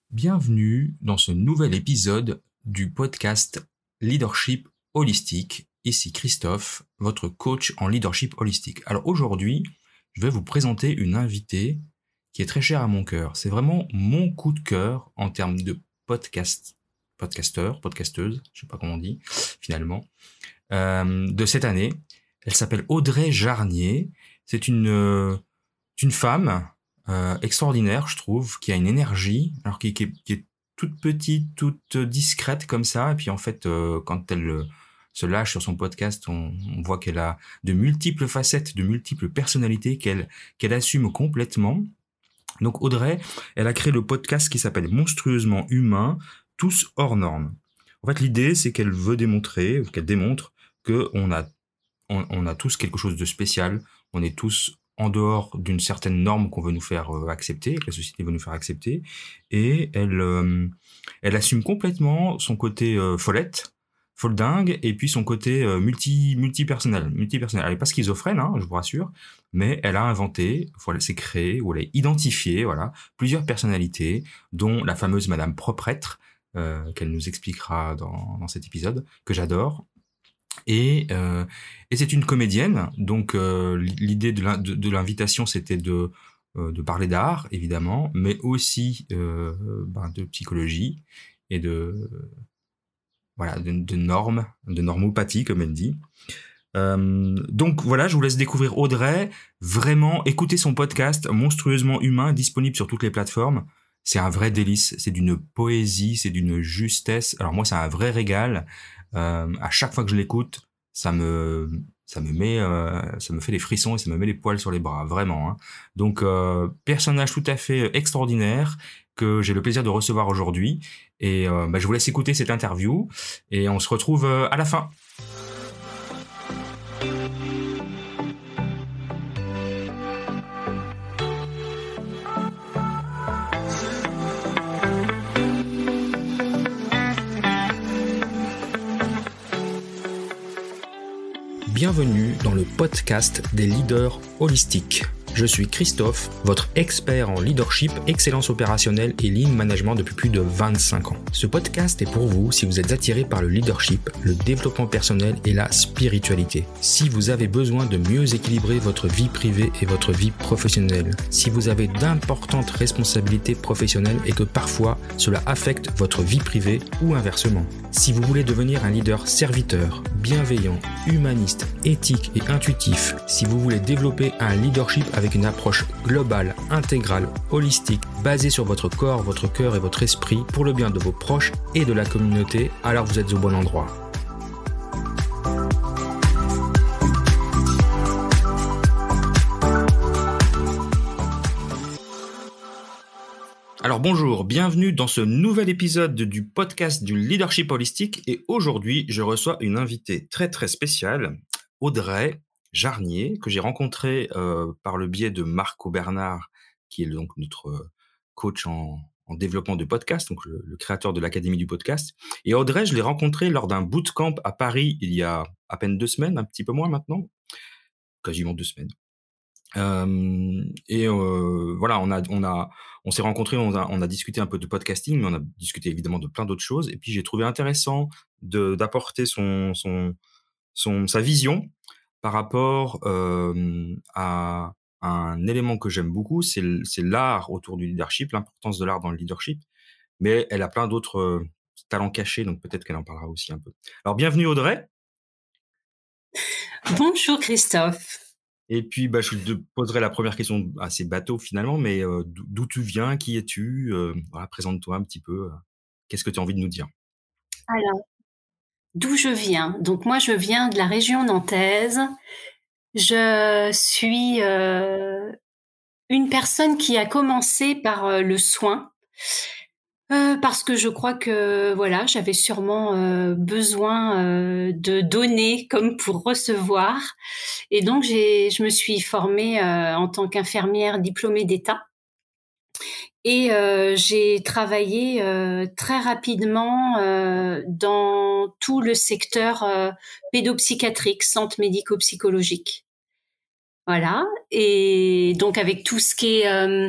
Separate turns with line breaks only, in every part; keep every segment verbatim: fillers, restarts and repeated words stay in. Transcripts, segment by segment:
Bienvenue dans ce nouvel épisode du podcast Leadership Holistique. Ici Christophe, votre coach en leadership holistique. Alors aujourd'hui, je vais vous présenter une invitée qui est très chère à mon cœur. C'est vraiment mon coup de cœur en termes de podcast, podcasteur, podcasteuse, je sais pas comment on dit finalement, euh, de cette année. Elle s'appelle Audrey Jarnier. C'est une, euh, une femme Euh, extraordinaire, je trouve, qui a une énergie, alors qui, qui, est, qui est toute petite, toute discrète comme ça, et puis en fait, euh, quand elle euh, se lâche sur son podcast, on, on voit qu'elle a de multiples facettes, de multiples personnalités qu'elle qu'elle assume complètement. Donc Audrey, elle a créé le podcast qui s'appelle Monstrueusement Humain, tous hors normes. En fait, l'idée, c'est qu'elle veut démontrer, qu'elle démontre que on a on, on a tous quelque chose de spécial, on est tous en dehors d'une certaine norme qu'on veut nous faire euh, accepter, que la société veut nous faire accepter, et elle, euh, elle assume complètement son côté euh, follette, folle dingue, et puis son côté euh, multi, multi-personnel, multi-personnel. Elle n'est pas schizophrène, hein, je vous rassure, mais elle a inventé, voilà, elle s'est créée, ou elle a identifié, voilà, plusieurs personnalités, dont la fameuse Madame Proprêtre, euh, qu'elle nous expliquera dans, dans cet épisode, que j'adore. Et, euh, et c'est une comédienne, donc euh, l'idée de, de, de l'invitation, c'était de, euh, de parler d'art, évidemment, mais aussi euh, ben, de psychologie et de, voilà, de, de normes, de normopathie, comme elle dit. Euh, donc voilà, je vous laisse découvrir Audrey. Vraiment, écoutez son podcast Monstrueusement Humain, disponible sur toutes les plateformes. C'est un vrai délice, c'est d'une poésie, c'est d'une justesse. Alors moi, c'est un vrai régal. Euh, à chaque fois que je l'écoute, ça me ça me met euh, ça me fait des frissons et ça me met les poils sur les bras, vraiment, hein. Donc euh, personnage tout à fait extraordinaire que j'ai le plaisir de recevoir aujourd'hui, et euh, bah, je vous laisse écouter cette interview et on se retrouve euh, à la fin. Bienvenue dans le podcast des leaders holistiques. Je suis Christophe, votre expert en leadership, excellence opérationnelle et lean management depuis plus de vingt-cinq ans. Ce podcast est pour vous si vous êtes attiré par le leadership, le développement personnel et la spiritualité. Si vous avez besoin de mieux équilibrer votre vie privée et votre vie professionnelle. Si vous avez d'importantes responsabilités professionnelles et que parfois cela affecte votre vie privée ou inversement. Si vous voulez devenir un leader serviteur, bienveillant, humaniste, éthique et intuitif, si vous voulez développer un leadership avec une approche globale, intégrale, holistique, basée sur votre corps, votre cœur et votre esprit pour le bien de vos proches et de la communauté, alors vous êtes au bon endroit. Alors bonjour, bienvenue dans ce nouvel épisode du podcast du leadership holistique, et aujourd'hui je reçois une invitée très très spéciale, Audrey Jarnier, que j'ai rencontrée euh, par le biais de Marco Bernard, qui est donc notre coach en, en développement de podcast, donc le, le créateur de l'Académie du podcast. Et Audrey, je l'ai rencontrée lors d'un bootcamp à Paris il y a à peine deux semaines, un petit peu moins maintenant, quasiment deux semaines. Euh, et euh, voilà, on a, on a, on s'est rencontrés, on a, on a discuté un peu de podcasting, mais on a discuté évidemment de plein d'autres choses. Et puis j'ai trouvé intéressant de d'apporter son, son, son, sa vision par rapport euh, à un élément que j'aime beaucoup, c'est, c'est l'art autour du leadership, l'importance de l'art dans le leadership. Mais elle a plein d'autres euh, talents cachés, donc peut-être qu'elle en parlera aussi un peu. Alors bienvenue Audrey.
Bonjour Christophe.
Et puis, bah, je te poserai la première question assez bateau finalement, mais euh, d'où tu viens, qui es-tu, euh, voilà, présente-toi un petit peu. Euh, qu'est-ce que tu as envie de nous dire?
Alors, d'où je viens? Donc moi, je viens de la région nantaise. Je suis euh, une personne qui a commencé par euh, le soin. Euh, parce que je crois que voilà, j'avais sûrement euh, besoin euh, de donner comme pour recevoir, et donc j'ai, je me suis formée euh, en tant qu'infirmière diplômée d'État, et euh, j'ai travaillé euh, très rapidement euh, dans tout le secteur euh, pédopsychiatrique, centre médico-psychologique. Voilà, et donc avec tout ce qui est euh,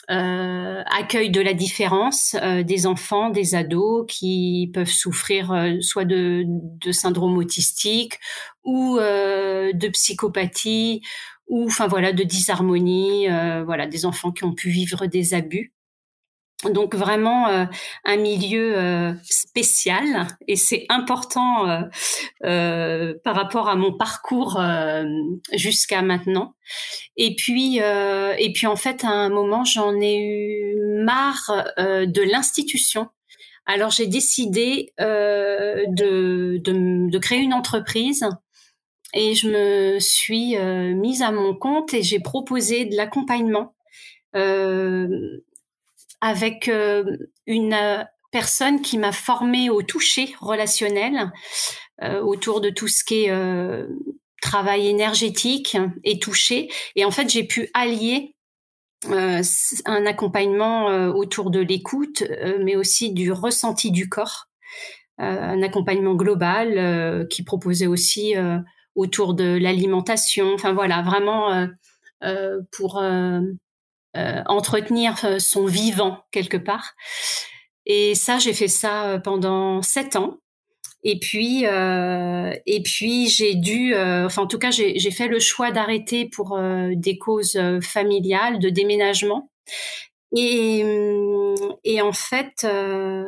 euh, accueil de la différence euh, des enfants, des ados qui peuvent souffrir euh, soit de, de syndrome autistique ou euh, de psychopathie ou enfin voilà de disharmonie, euh, voilà des enfants qui ont pu vivre des abus. Donc vraiment euh, un milieu euh, spécial et c'est important euh, euh, par rapport à mon parcours euh, jusqu'à maintenant. Et puis euh, et puis en fait à un moment j'en ai eu marre euh, de l'institution. Alors j'ai décidé euh, de, de de créer une entreprise et je me suis euh, mise à mon compte et j'ai proposé de l'accompagnement. Euh, avec euh, une euh, personne qui m'a formée au toucher relationnel euh, autour de tout ce qui est euh, travail énergétique et toucher. Et en fait, j'ai pu allier euh, un accompagnement euh, autour de l'écoute, euh, mais aussi du ressenti du corps. Euh, un accompagnement global euh, qui proposait aussi euh, autour de l'alimentation. Enfin voilà, vraiment euh, euh, pour euh, euh, entretenir son vivant quelque part. Et ça, j'ai fait ça pendant sept ans. Et puis, euh, et puis j'ai dû, euh, enfin en tout cas, j'ai, j'ai fait le choix d'arrêter pour euh, des causes familiales, de déménagement. Et, et en fait, euh,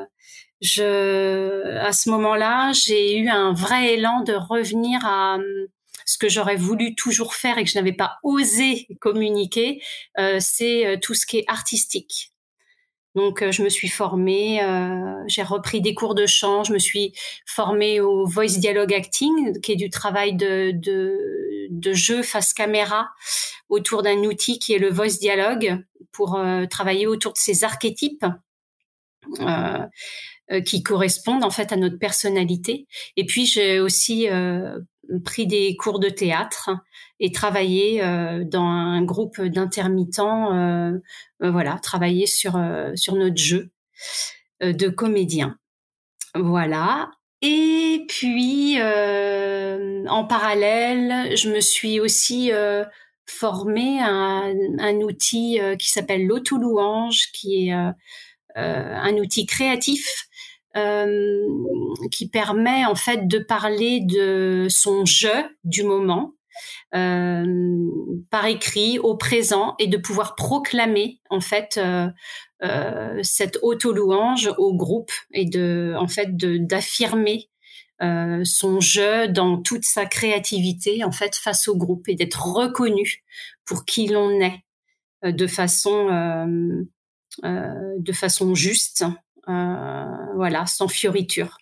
je, à ce moment-là, j'ai eu un vrai élan de revenir à ce que j'aurais voulu toujours faire et que je n'avais pas osé communiquer, euh, c'est tout ce qui est artistique. Donc, euh, je me suis formée, euh, j'ai repris des cours de chant, je me suis formée au voice dialogue acting, qui est du travail de, de, de jeu face caméra autour d'un outil qui est le voice dialogue pour euh, travailler autour de ces archétypes. Euh, euh, qui correspondent en fait à notre personnalité. Et puis j'ai aussi euh, pris des cours de théâtre et travaillé euh, dans un groupe d'intermittents, euh, euh, voilà, travailler sur euh, sur notre jeu euh, de comédien. Voilà. Et puis euh, en parallèle, je me suis aussi euh, formée à un, un outil euh, qui s'appelle l'auto-louange, qui est euh, euh, un outil créatif euh, qui permet en fait de parler de son je du moment euh, par écrit au présent et de pouvoir proclamer en fait euh, euh, cette auto-louange au groupe et de en fait de d'affirmer euh, son je dans toute sa créativité en fait face au groupe et d'être reconnu pour qui l'on est euh, de façon euh, euh, de façon juste, euh, voilà, sans fioriture.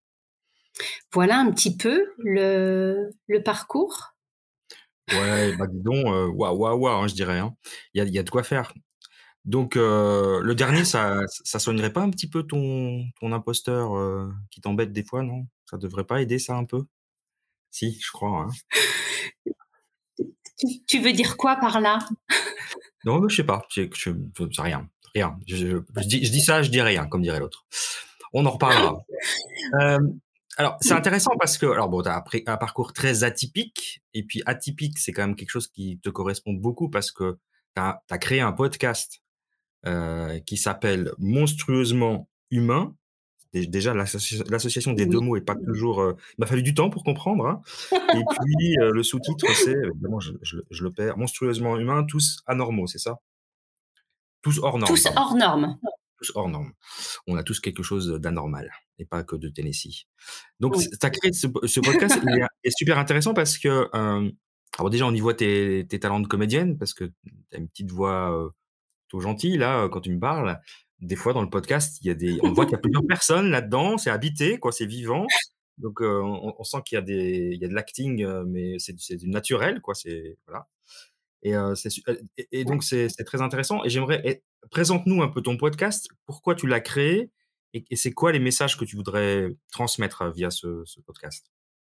Voilà un petit peu le, le parcours.
Ouais, bah dis donc, euh, waouh, waouh, waouh, hein, je dirais. Hein. Il y a, il y a de quoi faire. Donc, euh, le dernier, ça, ça soignerait pas un petit peu ton, ton imposteur euh, qui t'embête des fois, non? Ça devrait pas aider ça un peu? Si, je crois. Hein.
Tu, tu veux dire quoi par là?
Non, mais je sais pas. Je, je, je sais rien, rien. Je, je, je dis, je dis ça, je dis rien, comme dirait l'autre. On en reparlera. Euh, alors, c'est intéressant parce que, alors bon, tu as un parcours très atypique, et puis atypique, c'est quand même quelque chose qui te correspond beaucoup parce que tu as créé un podcast euh, qui s'appelle Monstrueusement Humain. Déjà, l'associ- l'association des deux
Oui.
mots est pas toujours. Euh, il m'a fallu du temps pour comprendre. Hein. Et puis, euh, le sous-titre, c'est, évidemment, je, je, je le perds, Monstrueusement Humain, tous anormaux, c'est ça? Tous hors normes,
Tous
pardon.
hors normes.
Tous hors normes. On a tous quelque chose d'anormal, et pas que de Tennessee. Donc,
Oui.
tu as créé ce, ce podcast, il est, est super intéressant parce que, euh, alors déjà, on y voit tes, tes talents de comédienne, parce que tu as une petite voix euh, tout gentille, là, euh, quand tu me parles. Des fois, dans le podcast, il y a des, on voit qu'il y a plusieurs personnes là-dedans, c'est habité, quoi, c'est vivant. Donc, euh, on, on sent qu'il y a des, il y a de l'acting, euh, mais c'est, c'est du naturel, quoi, c'est, voilà. Et, euh, c'est, su- euh, et, et donc, c'est, c'est très intéressant. Et j'aimerais, et, présente-nous un peu ton podcast, pourquoi tu l'as créé, et, et c'est quoi les messages que tu voudrais transmettre euh, via ce, ce podcast?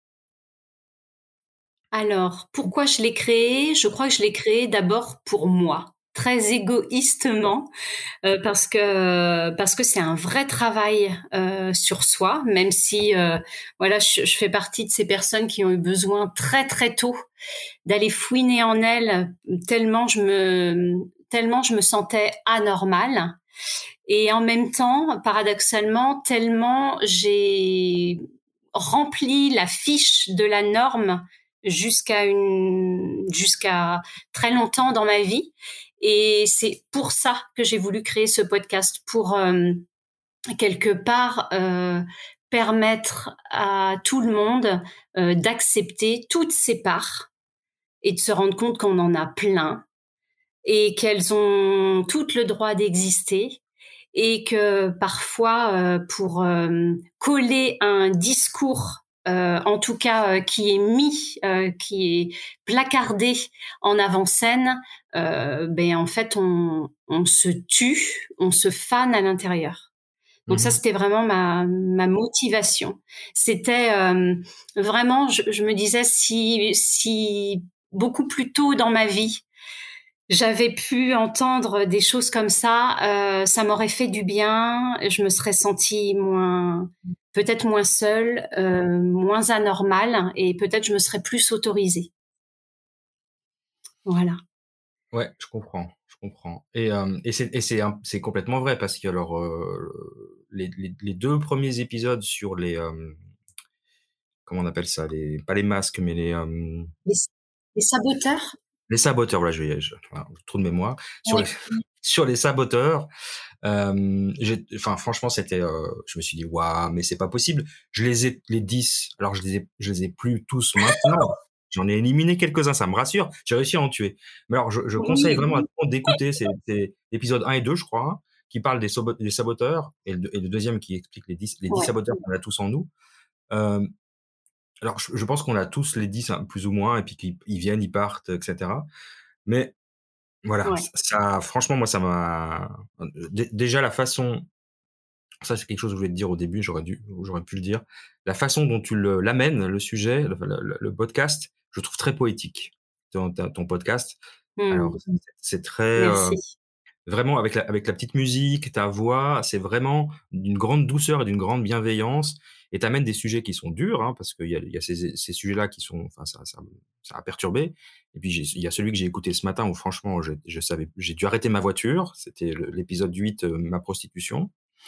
Alors, pourquoi je l'ai créé? Je crois que je l'ai créé d'abord pour moi, très égoïstement. Euh, parce que parce que c'est un vrai travail euh, sur soi, même si euh, voilà, je, je fais partie de ces personnes qui ont eu besoin très très tôt d'aller fouiner en elles, tellement je me tellement je me sentais anormale. Et en même temps, paradoxalement, tellement j'ai rempli la fiche de la norme jusqu'à une, jusqu'à très longtemps dans ma vie. Et c'est pour ça que j'ai voulu créer ce podcast, pour euh, quelque part euh, permettre à tout le monde euh, d'accepter toutes ses parts et de se rendre compte qu'on en a plein et qu'elles ont toutes le droit d'exister, et que parfois, euh, pour euh, coller un discours, euh, en tout cas euh, qui est mis, euh, qui est placardé en avant-scène, euh, ben en fait on, on se tue, on se fane à l'intérieur. Donc ça,
Mhm.
c'était vraiment ma, ma motivation. C'était euh, vraiment, je, je me disais, si, si beaucoup plus tôt dans ma vie, j'avais pu entendre des choses comme ça, euh, ça m'aurait fait du bien. Je me serais sentie moins, peut-être moins seule, euh, moins anormale, et peut-être je me serais plus autorisée. Voilà.
Ouais, je comprends, je comprends. Et, euh, et c'est, et c'est, un- c'est complètement vrai parce que alors euh, les, les, les deux premiers épisodes sur les, euh, comment on appelle ça, les, pas les masques, mais les, euh,
Les, les saboteurs?
les saboteurs. Voilà, je, je, voilà, trop de mémoire sur les,
Ouais.
sur les saboteurs. Euh, j'ai, enfin, franchement, c'était, euh, je me suis dit, waouh, mais c'est pas possible. Je les ai, les dix. Alors, je les ai, je les ai plus tous maintenant. J'en ai éliminé quelques-uns, ça me rassure. J'ai réussi à en tuer. Mais alors, je, je conseille
Oui.
vraiment à tout le monde d'écouter. C'est, c'est l'épisode un et deux, je crois, hein, qui parle des, sobo- des saboteurs, et le, et le deuxième qui explique les dix, les dix
Ouais.
saboteurs qu'on a tous en nous. Euh, alors, je, je pense qu'on a tous les dix, hein, plus ou moins, et puis qu'ils ils viennent, ils partent, et cetera. Mais voilà,
Ouais.
ça, franchement, moi, ça m'a, dé- déjà la façon. Ça, c'est quelque chose que je voulais te dire au début, j'aurais dû, j'aurais pu le dire. La façon dont tu le, l'amènes, le sujet, le, le- le podcast, je trouve très poétique. Ton, ta- ton podcast. Alors,
Hmm.
c'est c'est très, euh,
Merci.
vraiment avec la, avec la petite musique, ta voix, c'est vraiment d'une grande douceur et d'une grande bienveillance. Et t'amènes des sujets qui sont durs, hein, parce qu'il y a, il y a ces, ces sujets-là qui sont, enfin, ça, ça, ça a perturbé. Et puis, j'ai- il y a celui que j'ai écouté ce matin où, franchement, je, je savais, j'ai dû arrêter ma voiture. C'était le- l'épisode huit, euh, ma prostitution.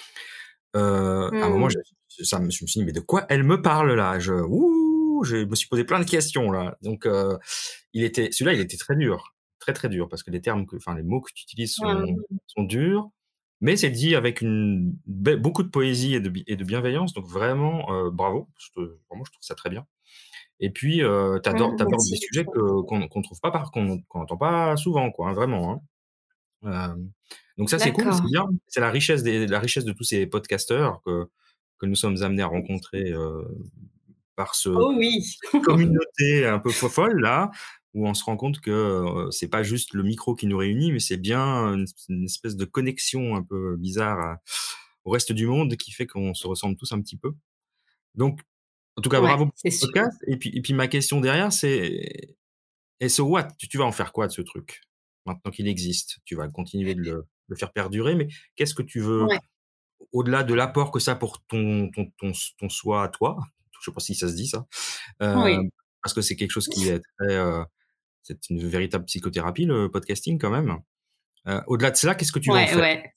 Euh, à un moment, je,
Hmm.
ça me, je me suis dit, mais de quoi elle me parle là? Je, ouh, je me suis posé plein de questions là. Donc, euh, il était, celui-là, il était très dur, très très dur, parce que les termes, que, enfin les mots que tu utilises sont
Hmm.
sont durs, mais c'est dit avec une be- beaucoup de poésie et de, bi- et de bienveillance. Donc vraiment, euh, bravo. Je te- vraiment, je trouve ça très bien. Et puis, euh, t'adores,
Hmm.
t'abordes des
Merci.
sujets que qu'on qu'on trouve pas par, qu'on qu'on n'entend pas souvent, quoi, hein, vraiment. Hein. Euh, donc ça, c'est cool, c'est
D'accord.
bien. C'est la richesse des, la richesse de tous ces podcasteurs que, que nous sommes amenés à rencontrer euh, par ce,
Oh oui.
cette communauté un peu folle là, où on se rend compte que euh, c'est pas juste le micro qui nous réunit, mais c'est bien une, une espèce de connexion un peu bizarre à- au reste du monde qui fait qu'on se ressemble tous un petit peu. Donc, en tout cas,
Ouais,
bravo pour
c'est
ce
sûr.
podcast. Et puis, et puis ma question derrière, c'est et so what? Tu, tu vas en faire quoi de ce truc? Maintenant qu'il existe, tu vas continuer de le, le faire perdurer, mais qu'est-ce que tu veux,
Ouais.
au-delà de l'apport que ça pour ton, ton, ton, ton soi à toi, je sais pas si ça se dit ça, euh,
Oui.
parce que c'est quelque chose qui est très, euh, c'est une véritable psychothérapie, le podcasting quand même. Euh, au-delà de cela, qu'est-ce que tu vas en
Ouais,
faire?
ouais.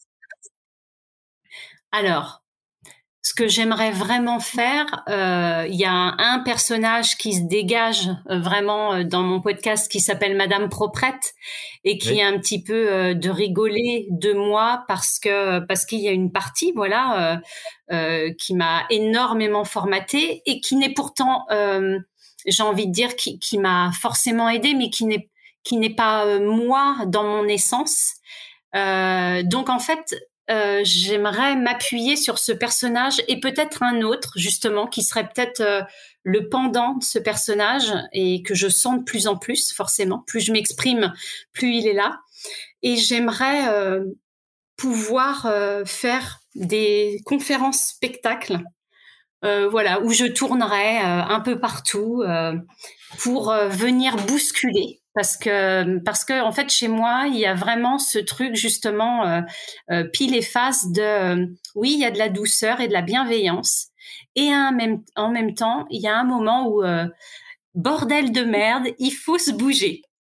Alors, ce que j'aimerais vraiment faire, euh, il y a un, un personnage qui se dégage euh, vraiment euh, dans mon podcast qui s'appelle Madame Proprette et qui
Oui.
est un petit peu euh, de rigoler de moi parce que parce qu'il y a une partie voilà euh, euh, qui m'a énormément formatée et qui n'est pourtant euh, j'ai envie de dire qui, qui m'a forcément aidée mais qui n'est qui n'est pas euh, moi dans mon essence. Euh, donc en fait, euh, j'aimerais m'appuyer sur ce personnage et peut-être un autre justement qui serait peut-être euh, le pendant de ce personnage et que je sens de plus en plus forcément. Plus je m'exprime, plus il est là. Et j'aimerais euh, pouvoir euh, faire des conférences spectacles, euh, voilà, où je tournerai euh, un peu partout. Euh, pour euh, venir bousculer parce que parce que en fait chez moi il y a vraiment ce truc justement euh, euh, pile et face de euh, oui il y a de la douceur et de la bienveillance et un même en même temps il y a un moment où euh, bordel de merde il faut se bouger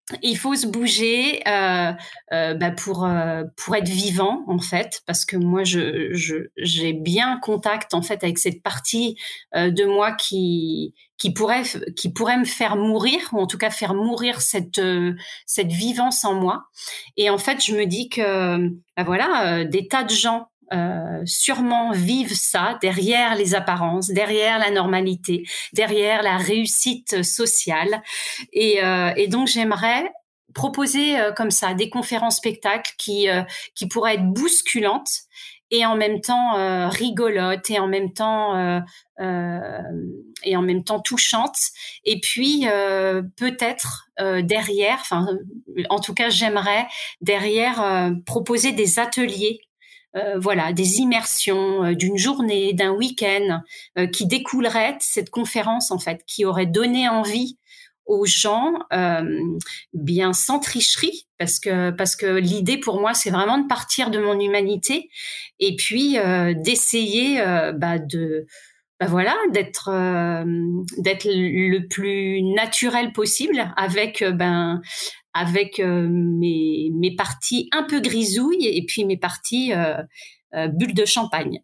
il faut se bouger euh, euh, bah pour euh, pour être vivant en fait, parce que moi je je j'ai bien contact en fait avec cette partie euh, de moi qui qui pourrait qui pourrait me faire mourir, ou en tout cas faire mourir cette euh, cette vivance en moi. Et en fait je me dis que bah voilà, euh, des tas de gens euh, sûrement vivent ça derrière les apparences, derrière la normalité, derrière la réussite sociale. Et, euh, et donc j'aimerais proposer euh, comme ça des conférences spectacles qui euh, qui pourraient être bousculantes et en même temps euh, rigolotes et en même temps euh, euh, et en même temps touchantes. Et puis euh, peut-être euh, derrière, enfin en tout cas j'aimerais derrière euh, proposer des ateliers. Euh, voilà, des immersions euh, d'une journée, d'un week-end, euh, qui découleraient de cette conférence en fait, qui aurait donné envie aux gens, euh, bien sans tricherie, parce que parce que l'idée pour moi c'est vraiment de partir de mon humanité et puis euh, d'essayer euh, bah, de bah voilà d'être euh, d'être le plus naturel possible avec euh, ben avec euh, mes mes parties un peu grisouilles et puis mes parties euh, euh, bulles de champagne.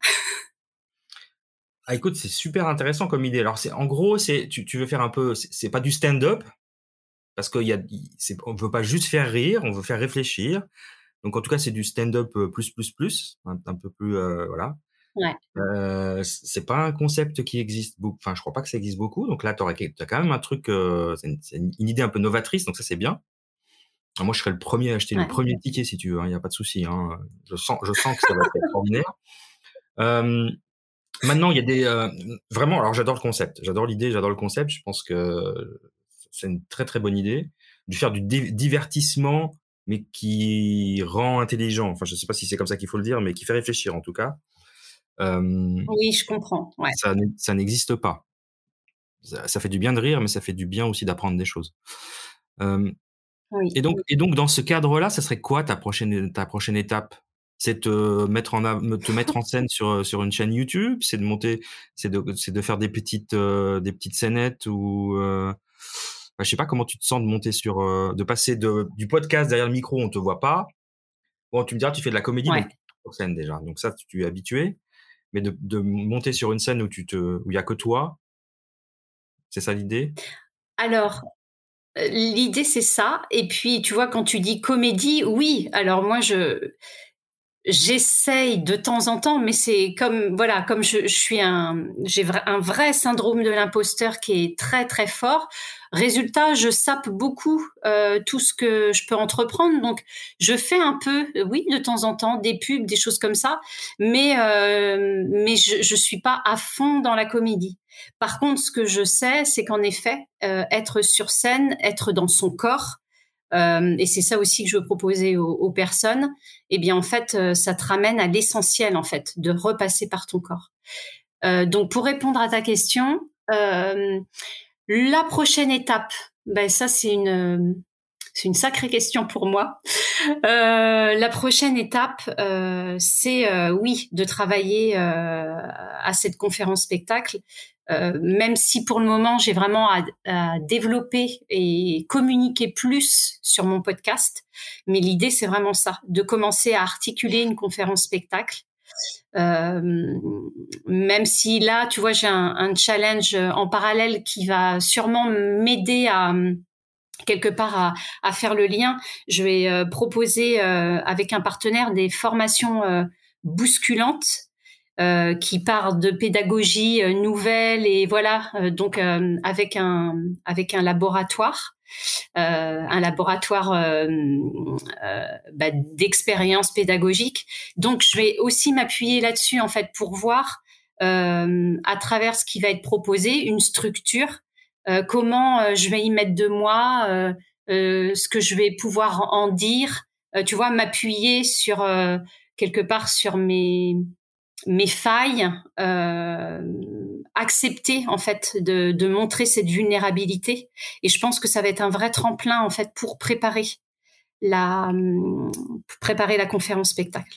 Ah, écoute, c'est super intéressant comme idée. Alors, c'est en gros, c'est tu, tu veux faire un peu, c'est c'est pas du stand-up parce qu'il y a, il- c'est, on veut pas juste faire rire, on veut faire réfléchir. Donc, en tout cas, c'est du stand-up euh, plus plus plus, un, un peu plus, euh, voilà.
Ouais,
Euh, c'est pas un concept qui existe beaucoup. Enfin, je crois pas que ça existe beaucoup. Donc là, t'aurais, t'as quand même un truc, euh, c'est une, c'est une- une idée un peu novatrice. Donc ça, c'est bien. Alors, moi, je serais le premier à acheter le
ouais,
premier ticket si tu veux. Il y a pas de souci. Hein. Je sens, je sens que ça va être extraordinaire. Euh, Maintenant, il y a des euh, vraiment. Alors, j'adore le concept, j'adore l'idée, j'adore le concept. Je pense que c'est une très très bonne idée de faire du di- divertissement, mais qui rend intelligent. Enfin, je sais pas si c'est comme ça qu'il faut le dire, mais qui fait réfléchir en tout cas. Euh,
oui, je comprends. Ouais,
ça, n'est- ça n'existe pas. Ça, ça fait du bien de rire, mais ça fait du bien aussi d'apprendre des choses. Euh,
oui.
Et donc, et donc dans ce cadre-là, ça serait quoi ta prochaine, ta prochaine étape? C'est te mettre en, av- te mettre en scène sur, sur une chaîne YouTube? C'est de monter, c'est de, c'est de faire des petites, euh, des petites scénettes ou, euh, enfin, je sais pas comment tu te sens de monter sur, euh, de passer de, du podcast derrière le micro, on te voit pas. Bon, tu me diras, tu fais de la comédie,
Ouais.
donc sur scène déjà. Donc ça, tu es habitué. Mais de, de monter sur une scène où tu te, où il y a que toi, c'est ça l'idée?
Alors, Heu, l'idée, c'est ça et puis, tu vois, quand tu dis comédie, oui, alors moi, je j'essaye de temps en temps, mais c'est comme voilà, comme je je suis un j'ai vrai un vrai syndrome de l'imposteur qui est très, très fort. Résultat, je sape beaucoup, heu, tout ce que je peux entreprendre, donc je fais un peu, euh, oui, de temps en temps, des pubs, des choses comme ça, mais heu, mais je je suis pas à fond dans la comédie. Par contre, ce que je sais, c'est qu'en effet, heu, être sur scène, être dans son corps, euh, et c'est ça aussi que je veux proposer aux, aux personnes, eh bien en fait, euh, ça te ramène à l'essentiel en fait, de repasser par ton corps. Euh, donc pour répondre à ta question, euh, la prochaine étape, ben ça c'est une c'est une sacrée question pour moi. Euh, la prochaine étape, euh, c'est euh, oui de travailler euh, à cette conférence spectacle, euh, même si pour le moment j'ai vraiment à, à développer et communiquer plus sur mon podcast. Mais l'idée c'est vraiment ça, de commencer à articuler une conférence spectacle. Euh, Même si là, tu vois, j'ai un, un challenge en parallèle qui va sûrement m'aider à quelque part à, à faire le lien. Je vais euh, proposer euh, avec un partenaire des formations euh, bousculantes euh, qui partent de pédagogie euh, nouvelle et voilà euh, donc euh, avec un avec un laboratoire euh, un laboratoire euh, euh, bah, d'expérience pédagogique. Donc je vais aussi m'appuyer là-dessus en fait pour voir euh, à travers ce qui va être proposé une structure, euh, comment euh, je vais y mettre de moi, euh, euh, ce que je vais pouvoir en dire, euh, tu vois, m'appuyer sur euh, quelque part sur mes mes failles, euh, accepter en fait de, de montrer cette vulnérabilité. Et je pense que ça va être un vrai tremplin en fait pour préparer la pour préparer la conférence spectacle.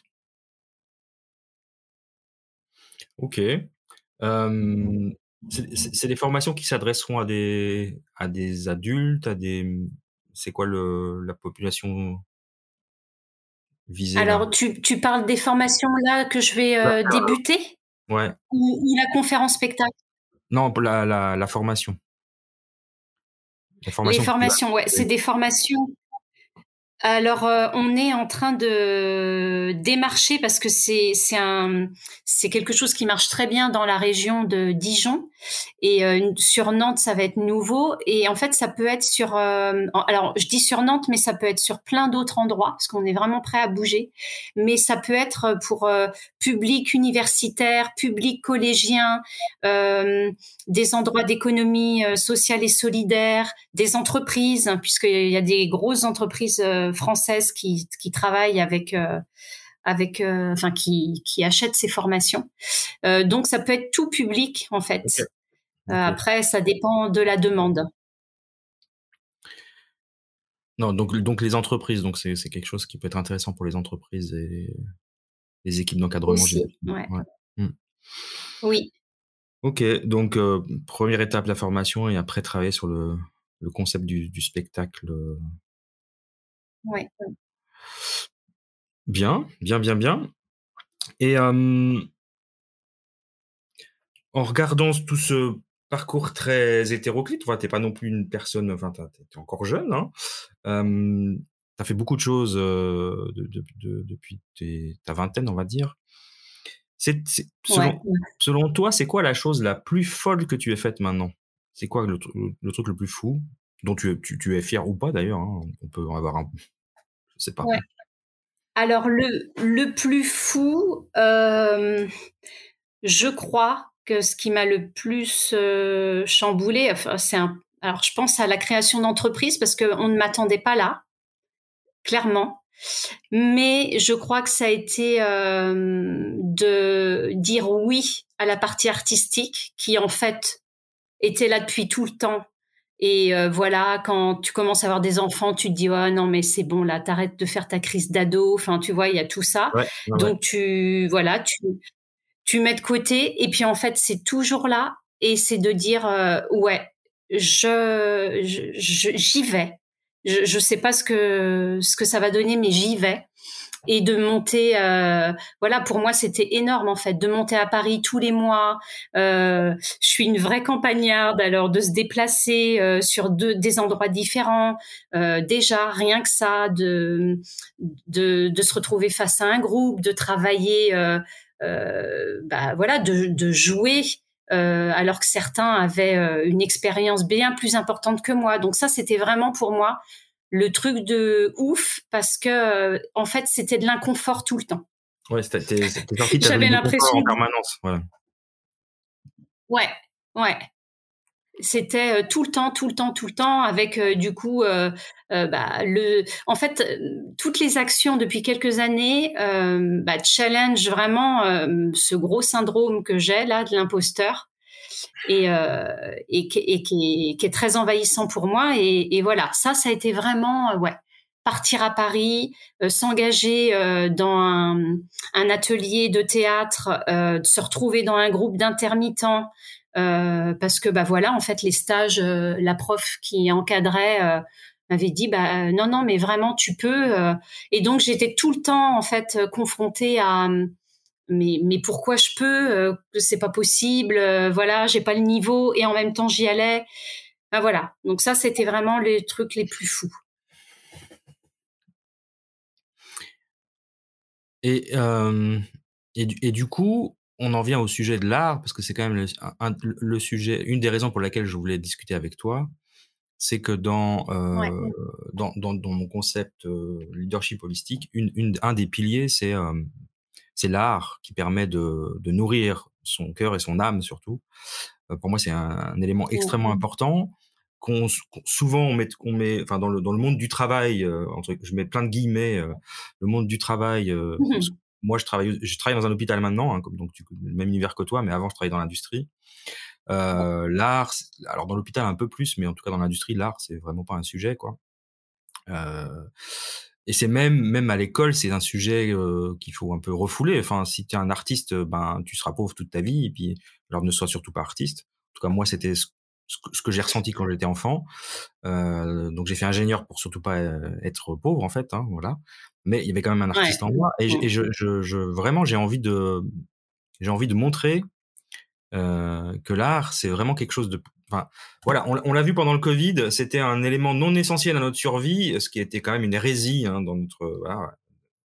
Ok. Euh, c'est c'est- c'est des formations qui s'adresseront à des, à des adultes, à des, c'est quoi le la population visée là?
Alors tu tu parles des formations là que je vais,
Ouais,
heu, débuter?
ouais.
Ou ou la conférence spectacle?
Non, pour la la la formation. La
Les
formation que tu vas
formations, ouais, c'est
proposer.
des formations. Alors, heu, on est en train de démarcher parce que c'est c'est un c'est quelque chose qui marche très bien dans la région de Dijon et heu, sur Nantes, ça va être nouveau et en fait, ça peut être sur, hem, alors je dis sur Nantes, mais ça peut être sur plein d'autres endroits parce qu'on est vraiment prêt à bouger. Mais ça peut être pour, heu, public universitaire, public collégien, hem, des endroits d'économie, heu, sociale et solidaire, des entreprises, hein, puisqu'il y a des grosses entreprises, heu, françaises qui qui travaillent avec, heu, avec, heu, enfin qui qui achètent ces formations. Heu, donc ça peut être tout public en fait.
OK,
Heu,
OK.
après ça dépend de la demande.
Non, donc donc les entreprises, donc c'est c'est quelque chose qui peut être intéressant pour les entreprises et les équipes d'encadrement,
Aussi,
j'imagine.
ouais.
Ouais. Mmh.
Oui,
OK, donc heu, première étape, la formation et après travailler sur le le concept du du spectacle, heu
ouais.
bien, bien, bien, bien et hem, en regardant tout ce parcours très hétéroclite, enfin, tu es pas non plus une personne, enfin, tu tu es encore jeune, hein. Hem, tu as fait beaucoup de choses, heu, de de de depuis tes ta vingtaine, on va dire. C'est c'est
Ouais.
selon selon toi, c'est quoi la chose la plus folle que tu aies faite maintenant? C'est quoi le tru le truc le plus fou dont tu es tu tu es fier ou pas d'ailleurs, hein? On peut en avoir un je sais pas.
Ouais. Alors le le plus fou, hem, je crois que ce qui m'a le plus, heu, chamboulée, enfin c'est un alors je pense à la création d'entreprise parce qu'on ne m'attendait pas là, clairement. Mais je crois que ça a été, hem, de dire oui à la partie artistique qui, en fait, était là depuis tout le temps et heu, voilà, quand tu commences à avoir des enfants, tu te dis: «Oh non, mais c'est bon là, tu arrêtes de faire ta crise d'ado». Enfin, tu vois, il y a tout ça.
Ouais, ouais, ouais.
Donc tu voilà, tu tu mets de côté et puis, en fait, c'est toujours là et c'est de dire, heu: «Ouais, je je je j'y vais. Je je sais pas ce que ce que ça va donner, mais j'y vais» et de monter, heu, voilà, pour moi, c'était énorme, en fait, de monter à Paris tous les mois. Heu, je suis une vraie campagnarde, alors de se déplacer, heu, sur deux des endroits différents, heu, déjà, rien que ça, de de de se retrouver face à un groupe, de travailler, heu heu, bah, voilà, de de jouer, heu, alors que certains avaient, heu, une expérience bien plus importante que moi. Donc ça, c'était vraiment pour moi le truc de ouf parce que, heu, en fait, c'était de l'inconfort tout le temps.
Ouais, c'était tu es tu es sortie de ta zone
J'avais
de confort
l'impression
en
de
permanence, voilà.
ouais, ouais. C'était, heu, tout le temps, tout le temps, tout le temps avec, heu, du coup, heu heu, bah, le en fait, heu, toutes les actions depuis quelques années, hem, bah, challenge vraiment, hem, ce gros syndrome que j'ai là de l'imposteur et heu et qui et qui est qui est très envahissant pour moi et et voilà, ça, ça a été vraiment, heu, ouais, partir à Paris, heu, s'engager, heu, dans un, mmh, un atelier de théâtre, heu, se retrouver dans un groupe d'intermittents, heu, parce que, bah, voilà, en fait, les stages, heu, la prof qui encadrait, heu, m'avait dit: «Bah, non, non, mais vraiment tu peux», heu et donc j'étais tout le temps, en fait, heu, confrontée à, mmh mais mais pourquoi je peux euh, c'est pas possible euh, voilà j'ai pas le niveau et en même temps j'y allais. Ben voilà, donc ça c'était vraiment les trucs les plus fous.
Et hem et du et du coup, on en vient au sujet de l'art parce que c'est quand même le un un le sujet une des raisons pour laquelle je voulais discuter avec toi, c'est que dans,
Ouais,
heu, dans dans dans mon concept, heu, leadership holistique, une une un des piliers, c'est, hem, c'est l'art qui permet de de nourrir son cœur et son âme surtout. Heu, pour moi, c'est un un élément
ouais.
extrêmement important qu'on s qu'on souvent on met on met enfin dans le dans le monde du travail, heu, entre je mets plein de guillemets, heu, le monde du travail, heu, parce que
Mhm.
moi je travaille je travaille dans un hôpital maintenant, hein, comme donc du coup le même univers que toi, mais avant je travaillais dans l'industrie. Heu, l'art, c alors dans l'hôpital un peu plus, mais en tout cas dans l'industrie, l'art, c'est vraiment pas un sujet, quoi. Heu et c'est même même à l'école, c'est un sujet, heu, qu'il faut un peu refouler. Enfin, si tu es un artiste, ben, tu seras pauvre toute ta vie et puis alors ne sois surtout pas artiste. En tout cas, moi, c'était ce ce que, ce que j'ai ressenti quand j'étais enfant. Euh, donc j'ai fait ingénieur pour surtout pas euh, être pauvre en fait, hein, voilà. Mais il y avait quand même un
Ouais.
artiste en moi et, je,
Mmh.
et je, je, je vraiment j'ai envie de j'ai envie de montrer euh, que l'art c'est vraiment quelque chose de enfin voilà on, on l'a vu pendant le Covid, c'était un élément non essentiel à notre survie, ce qui était quand même une hérésie hein, dans notre voilà.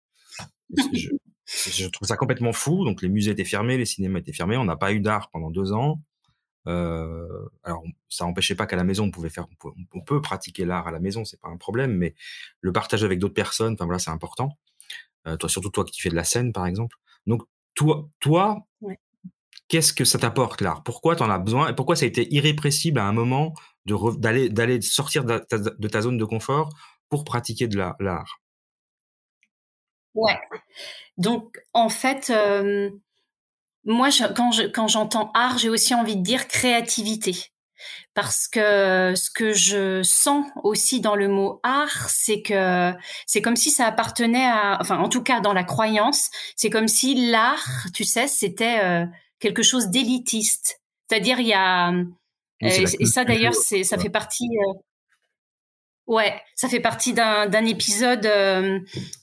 je, je trouve ça complètement fou. Donc les musées étaient fermés, les cinémas étaient fermés, on n'a pas eu d'art pendant deux ans. Euh, alors ça n'empêchait pas qu'à la maison on pouvait faire, on peut, on peut pratiquer l'art à la maison, c'est pas un problème, mais le partage avec d'autres personnes, enfin voilà, c'est important. Euh, toi, surtout toi qui fais de la scène par exemple. Donc toi, toi,
Ouais.
qu'est-ce que ça t'apporte l'art? Pourquoi t'en as besoin et pourquoi ça a été irrépressible à un moment de re, d'aller d'aller sortir de ta, de ta zone de confort pour pratiquer de la, l'art?
Ouais. Donc en fait, euh, moi, je, quand je, quand j'entends art, j'ai aussi envie de dire créativité. Parce que ce que je sens aussi dans le mot art, c'est que c'est comme si ça appartenait à, enfin, en tout cas dans la croyance, c'est comme si l'art, tu sais, c'était euh, quelque chose d'élitiste. C'est-à-dire, il y a,
Oui, c'est
et,
la
et ça d'ailleurs,
culture.
c'est, ça
euh,
fait partie. euh, Ouais, ça fait partie d'un d'un épisode. Euh,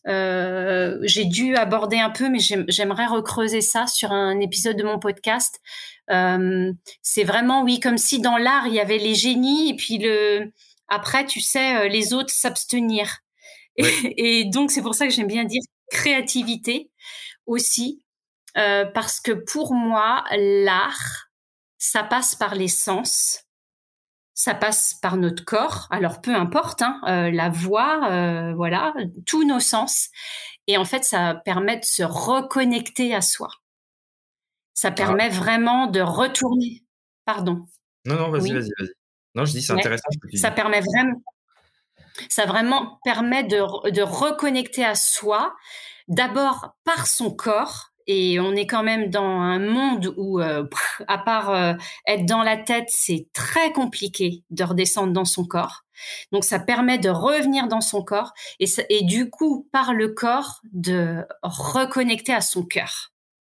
euh, j'ai dû aborder un peu, mais j'aim- j'aimerais recreuser ça sur un épisode de mon podcast. Euh, c'est vraiment, oui, comme si dans l'art il y avait les génies et puis le après, tu sais, euh, les autres s'abstenir.
Ouais.
Et, et donc c'est pour ça que j'aime bien dire créativité aussi, euh, parce que pour moi, l'art, ça passe par les sens. Ça passe par notre corps, alors peu importe, hein, euh, la voix, euh, voilà, tous nos sens. Et en fait, ça permet de se reconnecter à soi. Ça
Ah,
permet vraiment de retourner. Pardon.
non, non, vas-y,
Oui.
vas-y, vas-y. Non, je dis c'est
Ouais.
intéressant ce que tu
Ça
dis.
permet vraiment, ça vraiment permet de, de reconnecter à soi, d'abord par son corps. Et on est quand même dans un monde où, euh, pff, à part euh, être dans la tête, c'est très compliqué de redescendre dans son corps. Donc ça permet de revenir dans son corps et, ça- et du coup, par le corps, de reconnecter à son cœur.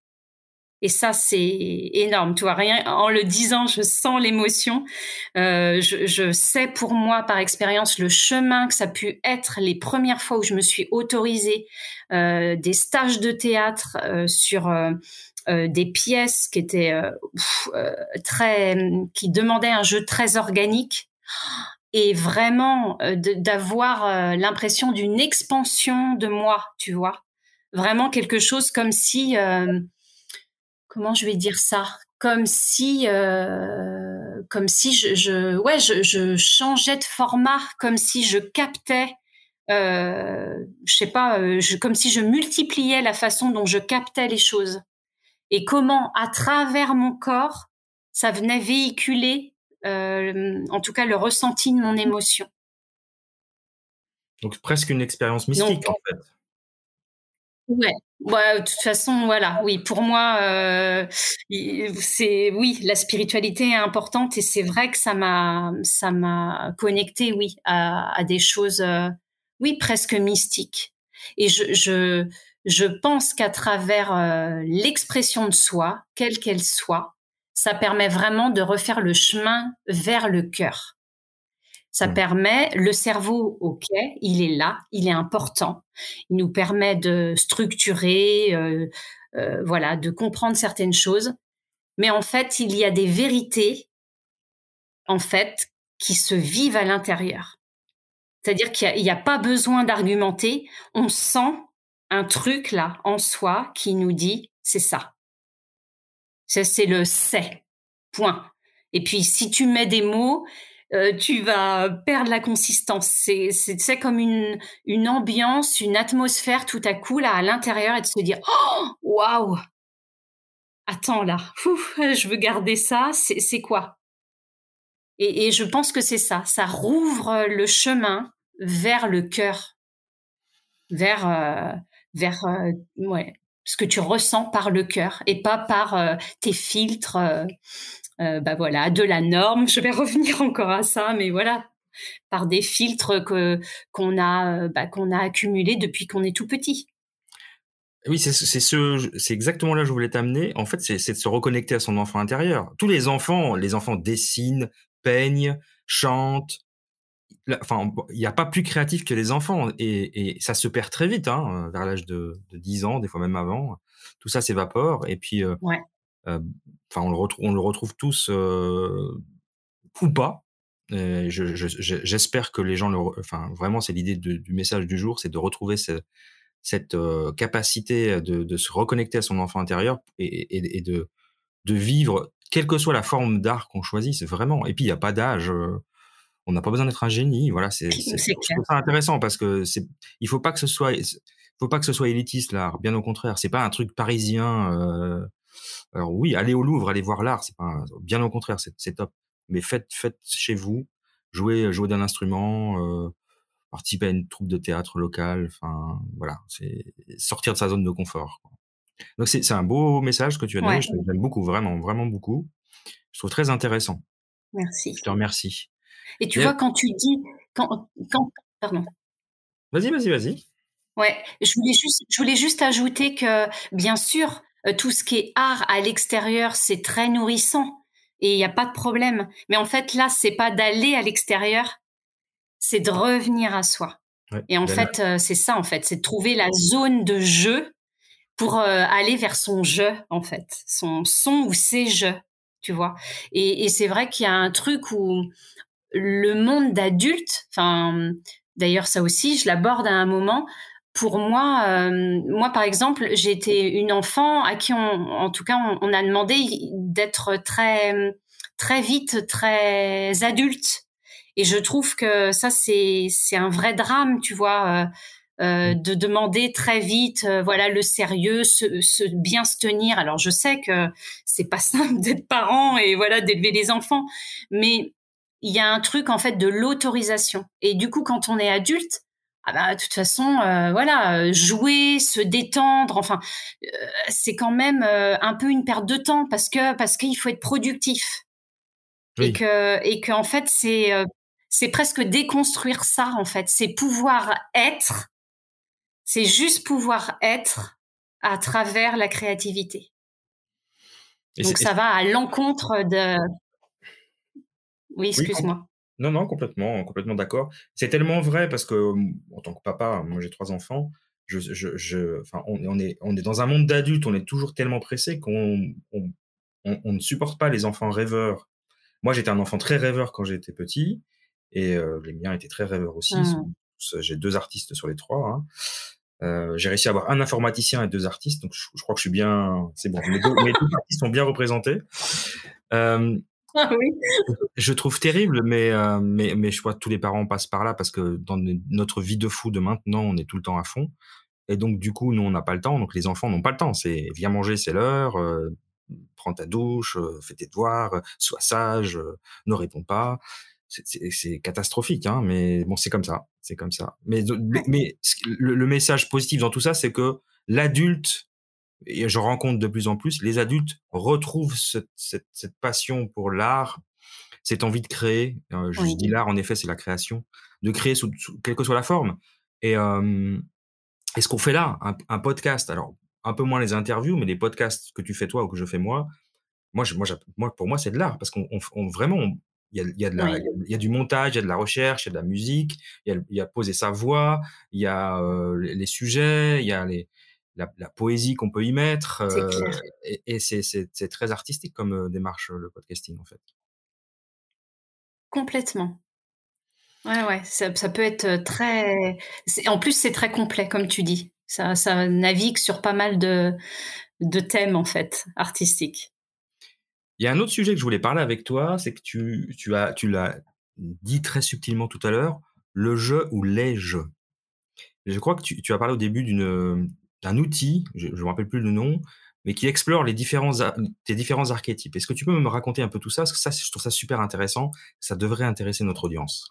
Et ça, c'est énorme. Tu vois, rien en le disant, je sens l'émotion. Euh, je, je sais pour moi, par expérience, le chemin que ça a pu être les premières fois où je me suis autorisée euh, des stages de théâtre euh, sur euh, euh, des pièces qui étaient euh, pff, euh, très, qui demandaient un jeu très organique et vraiment euh, de- d'avoir euh, l'impression d'une expansion de moi, tu vois. Vraiment quelque chose comme si euh, comment je vais dire ça? Comme si, euh, comme si je, je, ouais, je, je changeais de format, comme si je captais, euh, je sais pas, euh, je, comme si je multipliais la façon dont je captais les choses et comment, à travers mon corps, ça venait véhiculer, euh, en tout cas, le ressenti de mon émotion.
Donc presque une expérience
Donc,
mystique en fait.
ouais, ouais, de toute façon, voilà, oui, pour moi, euh, il- c'est oui, la spiritualité est importante et c'est vrai que ça m'a, ça m'a connecté, oui, à, à des choses, euh, oui, presque mystiques. Et je, je, je pense qu'à travers euh, l'expression de soi, quelle qu'elle soit, ça permet vraiment de refaire le chemin vers le cœur. Ça
Hmm.
permet, le cerveau, ok, il est là, il est important. Il nous permet de structurer, euh, euh, voilà, de comprendre certaines choses. Mais en fait, il y a des vérités, en fait, qui se vivent à l'intérieur. C'est-à-dire qu'il n'y a, a, pas besoin d'argumenter. On sent un truc là en soi qui nous dit c'est ça. Ça, c'est le c'est. Point. Et puis, si tu mets des mots, euh, tu vas perdre la consistance. C'est, c'est, c'est comme une, une ambiance, une atmosphère tout à coup là à l'intérieur et de se dire oh waouh, attends là, ouf, je veux garder ça. C'est, c'est quoi et, et je pense que c'est ça. Ça rouvre le chemin vers le cœur, vers euh, vers euh, ouais, ce que tu ressens par le cœur et pas par euh, tes filtres. Euh, euh, bah voilà, de la norme. Je vais revenir encore à ça, mais voilà, par des filtres que qu'on a euh, bah, qu'on a accumulés depuis qu'on est tout petit.
Oui, c'est c'est ce, c'est exactement là que je voulais t'amener. En fait, c'est c'est de se reconnecter à son enfant intérieur. Tous les enfants, les enfants dessinent, peignent, chantent. Enfin, il n'y a pas plus créatif que les enfants et, et ça se perd très vite, hein, vers l'âge de, de dix ans, des fois même avant. Tout ça s'évapore et puis, euh,
Ouais.
euh, enfin, on le retrouve, on le retrouve tous euh, ou pas. Et je, je, je, j'espère que les gens, le, enfin, vraiment, c'est l'idée de, du message du jour, c'est de retrouver ce, cette euh, capacité de, de se reconnecter à son enfant intérieur et, et, et de, de vivre, quelle que soit la forme d'art qu'on choisit, c'est vraiment. Et puis, il n'y a pas d'âge. Euh, on n'a pas besoin d'être un génie. Voilà, c'est, c'est,
C'est
je
clair.
trouve ça intéressant parce que c'est, il faut pas que ce soit, faut pas que ce soit élitiste l'art. Bien au contraire, c'est pas un truc parisien. Euh, alors oui, allez au Louvre, allez voir l'art, c'est pas, un, bien au contraire, c'est, c'est top. Mais faites, faites chez vous, jouez, jouez d'un instrument, euh, participez à une troupe de théâtre locale. Enfin, voilà, c'est sortir de sa zone de confort. Donc c'est, c'est un beau message que tu as donné.
Ouais.
Je t'aime beaucoup, vraiment, vraiment beaucoup. Je trouve très intéressant.
Merci.
Je te remercie.
Et tu
Et,
vois, quand tu dis, quand, quand, pardon.
vas-y, vas-y, vas-y.
Ouais, je voulais juste, je voulais juste ajouter que, bien sûr, euh, tout ce qui est art à l'extérieur, c'est très nourrissant et il n'y a pas de problème. Mais en fait, là, c'est pas d'aller à l'extérieur, c'est de revenir à soi.
Ouais,
Et en
ben,
fait, euh, c'est ça, en fait, c'est de trouver la zone de jeu pour euh, aller vers son je, en fait, son son ou ses je, tu vois. Et, et c'est vrai qu'il y a un truc où le monde d'adulte, enfin, d'ailleurs ça aussi, je l'aborde à un moment. Pour moi, euh, moi par exemple, j'ai été une enfant à qui on, en tout cas, on, on a demandé d'être très, très vite, très adulte. Et je trouve que ça c'est c'est un vrai drame, tu vois, euh, euh, de demander très vite, euh, voilà, le sérieux, se, se bien se tenir. Alors je sais que c'est pas simple d'être parent et voilà d'élever les enfants, mais il y a un truc en fait de l'autorisation. Et du coup, quand on est adulte, ah bah, de toute façon, euh, voilà, euh, jouer, se détendre, enfin, euh, c'est quand même euh, un peu une perte de temps parce que parce qu'il faut être productif et
oui.
que et que en fait c'est euh, c'est presque déconstruire ça en fait, c'est pouvoir être, c'est juste pouvoir être à travers la créativité.
Et
Donc
c'est, et
ça va à l'encontre de. Oui,
oui, com-
excuse-moi.
non, non, complètement, complètement d'accord. C'est tellement vrai parce que, euh, en tant que papa, moi j'ai trois enfants, je, je, je, enfin, on, on est, on est dans un monde d'adultes, on est toujours tellement pressé qu'on, on, on, on ne supporte pas les enfants rêveurs. Moi, j'étais un enfant très rêveur quand j'étais petit, et euh, les miens étaient très rêveurs aussi. Ils sont
Mmh.
tous- J'ai deux artistes sur les trois. Hein. Euh, j'ai réussi à avoir un informaticien et deux artistes, donc je, je crois que je suis bien. C'est bon, mes deux, mes deux artistes sont bien représentés. Euh,
Ah oui.
Je trouve terrible, mais, euh, mais, mais je vois que tous les parents passent par là parce que dans notre vie de fou de maintenant, on est tout le temps à fond. Et donc, du coup, nous, on n'a pas le temps. Donc, les enfants n'ont pas le temps. C'est viens manger, c'est l'heure. Euh, prends ta douche, euh, fais tes devoirs, euh, sois sage, euh, ne réponds pas. C'est, c'est, c'est catastrophique, hein. Mais bon, c'est comme ça. C'est comme ça. Mais, mais,
Ouais.
mais le, le message positif dans tout ça, c'est que l'adulte, et je rencontre de plus en plus, les adultes retrouvent cette, cette, cette passion pour l'art, cette envie de créer. Euh, je
Oui.
dis l'art, en effet, c'est la création, de créer sous, sous quelle que soit la forme. Et, euh, et ce qu'on fait là, un, un podcast, alors un peu moins les interviews, mais les podcasts que tu fais toi ou que je fais moi, moi, je, moi, moi pour moi, c'est de l'art parce qu'on on, on, vraiment, il y a, y, a de la,
Oui.
y a du montage, il y a de la recherche, il y a de la musique, il y a, y a poser sa voix, il y a euh, les, les sujets, il y a les, la, la poésie qu'on peut y mettre.
C'est
Euh,
clair.
et et c'est, c'est, c'est très artistique comme euh, démarche, le podcasting, en fait.
Complètement. Ouais, ouais, ça ça peut être, heu, très c'est en plus, c'est très complet comme tu dis. Ça ça navigue sur pas mal de de thèmes, en fait, artistiques.
Il y a un autre sujet que je voulais parler avec toi, c'est que tu, tu as, tu l'as dit très subtilement tout à l'heure, le jeu ou les jeux. Et je crois que tu, tu as parlé au début d'une, d'un outil, je ne me rappelle plus le nom, mais qui explore les différents, a- tes différents archétypes. Est-ce que tu peux me raconter un peu tout ça? Parce que ça, je trouve ça super intéressant. Ça devrait intéresser notre audience.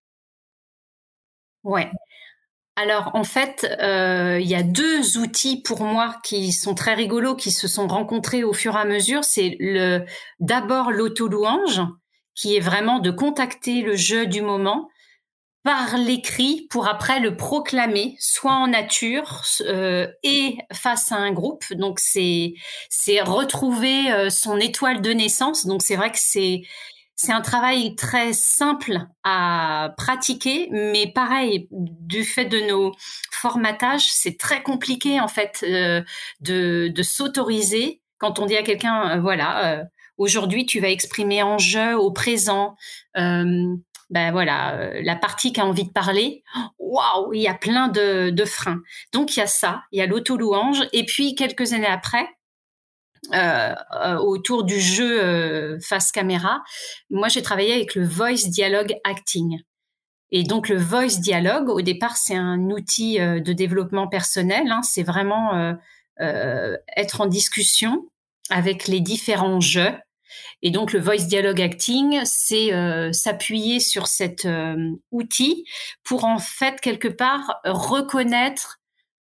Ouais. Alors, en fait, heu, il y a deux outils pour moi qui sont très rigolos, qui se sont rencontrés au fur et à mesure. C'est le d'abord l'auto-louange, qui est vraiment de contacter le jeu du moment par l'écrit pour après le proclamer, soit en nature euh, et face à un groupe. Donc c'est c'est retrouver euh, son étoile de naissance. Donc c'est vrai que c'est c'est un travail très simple à pratiquer, mais pareil, du fait de nos formatages, c'est très compliqué en fait euh, de, de s'autoriser quand on dit à quelqu'un, euh, voilà, euh, aujourd'hui tu vas exprimer en je au présent. Euh, ben voilà, euh, la partie qui a envie de parler, waouh, il y a plein de, de freins. Donc il y a ça, il y a l'auto-louange, et puis quelques années après, euh, euh, autour du jeu euh, face caméra, moi j'ai travaillé avec le voice dialogue acting. Et donc le voice dialogue, au départ, c'est un outil euh, de développement personnel. Hein, c'est vraiment euh, euh, être en discussion avec les différents jeux. Et donc le voice dialogue acting, c'est euh, s'appuyer sur cet euh, outil pour en fait quelque part reconnaître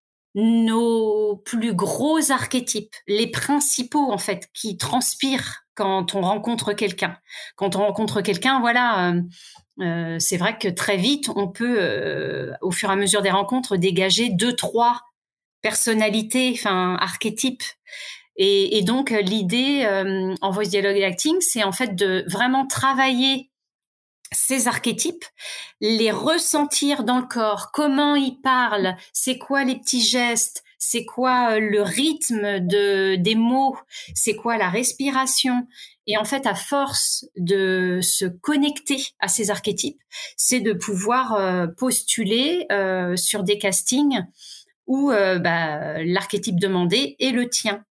nos plus gros archétypes, les principaux en fait qui transpirent quand on rencontre quelqu'un. Quand on rencontre quelqu'un, voilà, euh, euh, c'est vrai que très vite on peut, euh, au fur et à mesure des rencontres, dégager deux, trois personnalités, enfin archétypes. Et, et donc l'idée euh, en voice dialogue acting, c'est en fait de vraiment travailler ces archétypes, les ressentir dans le corps, comment ils parlent, c'est quoi les petits gestes, c'est quoi le rythme de, des mots, c'est quoi la respiration. Et en fait, à force de se connecter à ces archétypes, c'est de pouvoir euh, postuler euh, sur des castings où euh, bah, l'archétype demandé est le tien.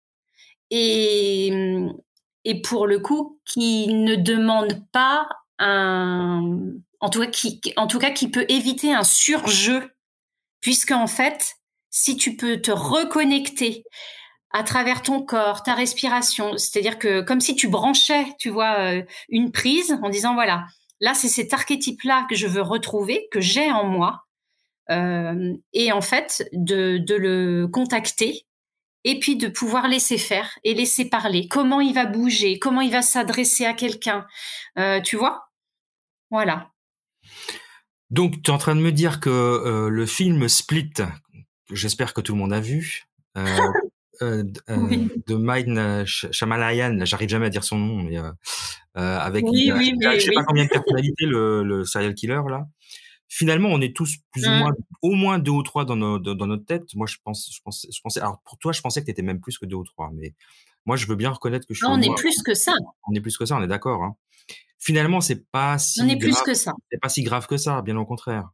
Et, et pour le coup, qui ne demande pas un, en tout cas, qui, en tout cas, qui peut éviter un surjeu, puisque en fait, si tu peux te reconnecter à travers ton corps, ta respiration, c'est-à-dire que comme si tu branchais, tu vois, une prise en disant voilà, là c'est cet archétype-là que je veux retrouver, que j'ai en moi, euh, et en fait de, de le contacter. Et puis de pouvoir laisser faire et laisser parler. Comment il va bouger, comment il va s'adresser à quelqu'un, euh, tu vois? Voilà.
Donc, tu es en train de me dire que euh, le film Split, j'espère que tout le monde a vu, euh, euh, euh,
Oui.
de Mine Shyamalan, j'arrive jamais à dire son nom, mais euh, euh, avec
Oui,
il a,
oui,
il a,
mais
je sais
oui.
pas combien de personnalités, le, le serial killer là. Finalement, on est tous plus ou
Mmh.
moins, au moins deux ou trois dans, nos, dans notre tête. Moi, je pense, je pense, je pensais. Alors pour toi, je pensais que tu étais même plus que deux ou trois, mais moi, je veux bien reconnaître que je suis
Non,
au
on est
moins.
plus que ça.
On est plus que ça, on est d'accord. Hein. Finalement, c'est pas
On
si
est plus
grave.
que ça.
C'est pas si grave que ça, bien au contraire.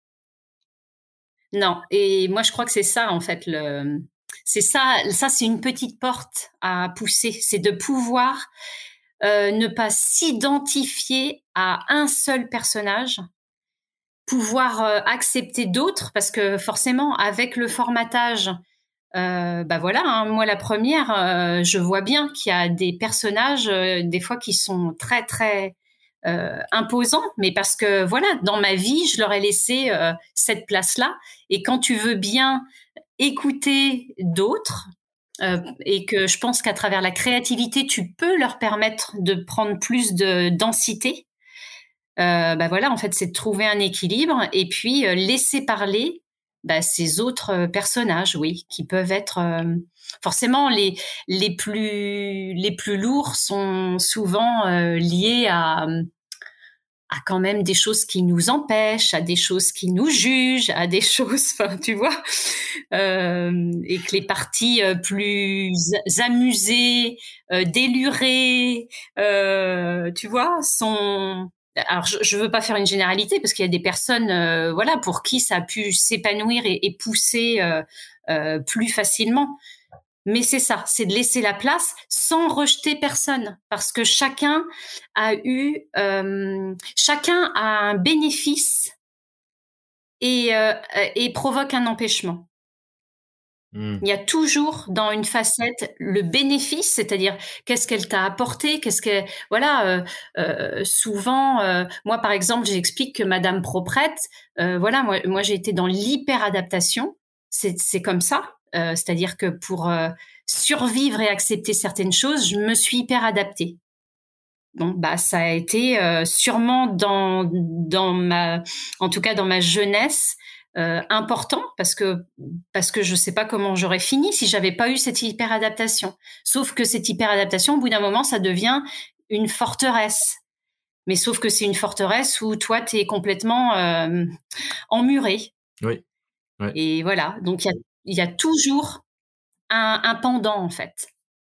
Non, et moi je crois que c'est ça en fait le c'est ça ça c'est une petite porte à pousser, c'est de pouvoir euh, ne pas s'identifier à un seul personnage, pouvoir euh, accepter d'autres parce que forcément avec le formatage Euh, bah voilà, hein, moi la première, euh, je vois bien qu'il y a des personnages euh, des fois qui sont très très euh, imposants, mais parce que voilà, dans ma vie, je leur ai laissé euh, cette place-là. Et quand tu veux bien écouter d'autres, euh, et que je pense qu'à travers la créativité, tu peux leur permettre de prendre plus de densité. Euh, bah voilà, en fait, c'est de trouver un équilibre et puis euh, laisser parler bah, ces autres euh, personnages, oui, qui peuvent être euh, forcément les les plus les plus lourds sont souvent euh, liés à à quand même des choses qui nous empêchent, à des choses qui nous jugent, à des choses, enfin, tu vois, euh, et que les parties euh, plus amusées, euh, délurées, euh, tu vois, sont alors, je ne veux pas faire une généralité parce qu'il y a des personnes, euh, voilà, pour qui ça a pu s'épanouir et, et pousser euh, euh, plus facilement. Mais c'est ça, c'est de laisser la place sans rejeter personne, parce que chacun a eu, euh, chacun a un bénéfice et, euh, et provoque un empêchement.
Mmh.
Il y a toujours dans une facette le bénéfice, c'est-à-dire qu'est-ce qu'elle t'a apporté, qu'est-ce que voilà. Euh, euh, souvent, euh, moi par exemple, j'explique que Madame Proprette, euh, voilà, moi, moi j'ai été dans l'hyper-adaptation. C'est, c'est comme ça, euh, c'est-à-dire que pour euh, survivre et accepter certaines choses, je me suis hyper adaptée. Bon, bah ça a été euh, sûrement dans dans ma, en tout cas dans ma jeunesse. Euh, important parce que parce que je sais pas comment j'aurais fini si j'avais pas eu cette hyper adaptation. Sauf que cette hyper adaptation, au bout d'un moment, ça devient une forteresse. Mais sauf que c'est une forteresse où toi, tu es complètement euh, emmuré.
Oui. Ouais.
Et voilà, donc il y a, il y a toujours un, un pendant, en fait.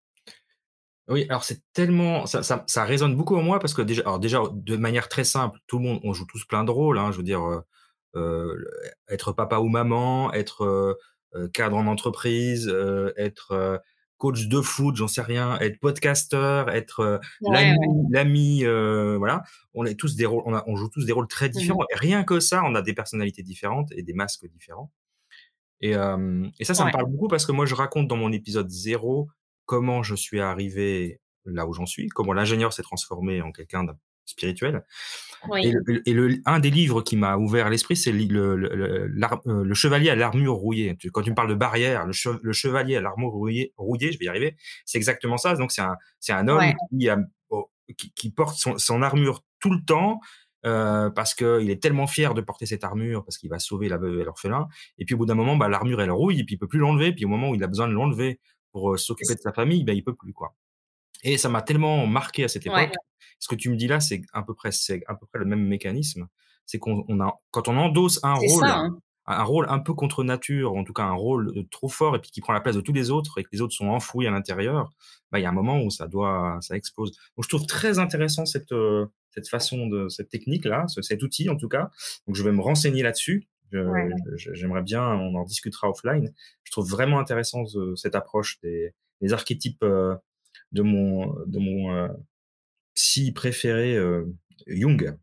Oui, alors c'est tellement, ça, ça, ça résonne beaucoup en moi parce que déjà, alors déjà de manière très simple, tout le monde, on joue tous plein de rôles. Hein, je veux dire, euh, euh, être papa ou maman, être euh, euh, cadre en entreprise, euh, être euh, coach de foot, j'en sais rien, être podcasteur, être euh,
Ouais,
l'ami,
ouais.
l'ami, euh, voilà. On est tous des rôles, on, a, on joue tous des rôles très différents.
Mhm.
Et rien que ça, on a des personnalités différentes et des masques différents. Et, euh, et ça, ça me
Ouais,
parle beaucoup parce que moi, je raconte dans mon épisode zéro comment je suis arrivé là où j'en suis, comment l'ingénieur s'est transformé en quelqu'un de spirituel. Et,
oui.
le, et le, un des livres qui m'a ouvert l'esprit, c'est le, le, le, euh, le chevalier à l'armure rouillée. Quand tu me parles de barrière, le, che, le chevalier à l'armure rouillée, rouillée, je vais y arriver, c'est exactement ça. Donc, c'est un, c'est un homme
Ouais.
qui, a, oh, qui, qui porte son, son armure tout le temps, Euh, parce qu'il est tellement fier de porter cette armure, parce qu'il va sauver la veuve et l'orphelin. Et puis au bout d'un moment, bah, l'armure elle rouille, et puis il peut plus l'enlever. Puis au moment où il a besoin de l'enlever pour euh, s'occuper de sa famille, bah, il peut plus, quoi. Et ça m'a tellement marqué à cette époque.
Ouais.
Ce que tu me dis là, c'est à peu près, c'est à peu près le même mécanisme. C'est qu'on on a, quand on endosse un
C'est
rôle,
ça, hein.
un rôle un peu contre nature, ou en tout cas un rôle trop fort et puis qui prend la place de tous les autres et que les autres sont enfouis à l'intérieur, bah, il y a un moment où ça doit, ça explose. Donc je trouve très intéressant cette, euh, cette façon de, cette technique-là, ce, cet outil en tout cas. Donc je vais me renseigner là-dessus. Je,
Ouais.
je, j'aimerais bien, on en discutera offline. Je trouve vraiment intéressant ce, cette approche des, des archétypes euh, de mon, de mon euh, psy préféré, euh, Jung,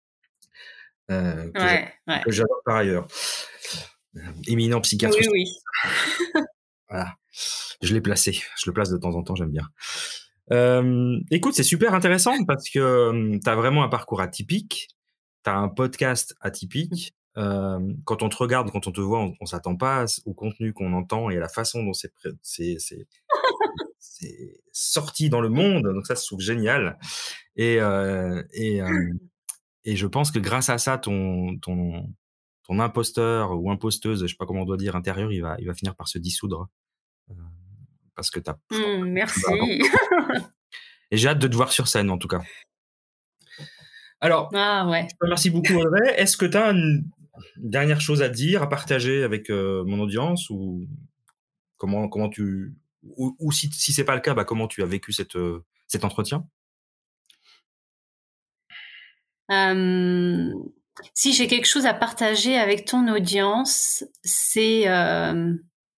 euh, que j'a-
Ouais, ouais.
que j'adore par ailleurs. Euh, Éminent psychiatre.
Oui, oui.
Voilà. Je l'ai placé. Je le place de temps en temps, j'aime bien. Euh, écoute, c'est super intéressant parce que euh, tu as vraiment un parcours atypique. Tu as un podcast atypique. Euh, quand on te regarde, quand on te voit, on, on s'attend pas au contenu qu'on entend et à la façon dont c'est, c'est, c'est, c'est sorti dans le monde. Donc ça, je trouve génial. Et, euh, et, euh, et je pense que grâce à ça, ton, ton, ton imposteur ou imposteuse, je sais pas comment on doit dire, intérieur, il va, il va finir par se dissoudre. Euh, parce que t'as, je pense
Mmh,
que tu vas avoir-
merci.
Et j'ai hâte de te voir sur scène, en tout cas. Alors,
Ah ouais.
je te remercie beaucoup, Audrey. Est-ce que tu as une dernière chose à dire, à partager avec euh, mon audience, ou comment, comment tu, ou, ou si, si c'est pas le cas, bah, comment tu as vécu cette, euh, cet entretien?
Euh, si j'ai quelque chose à partager avec ton audience, c'est euh,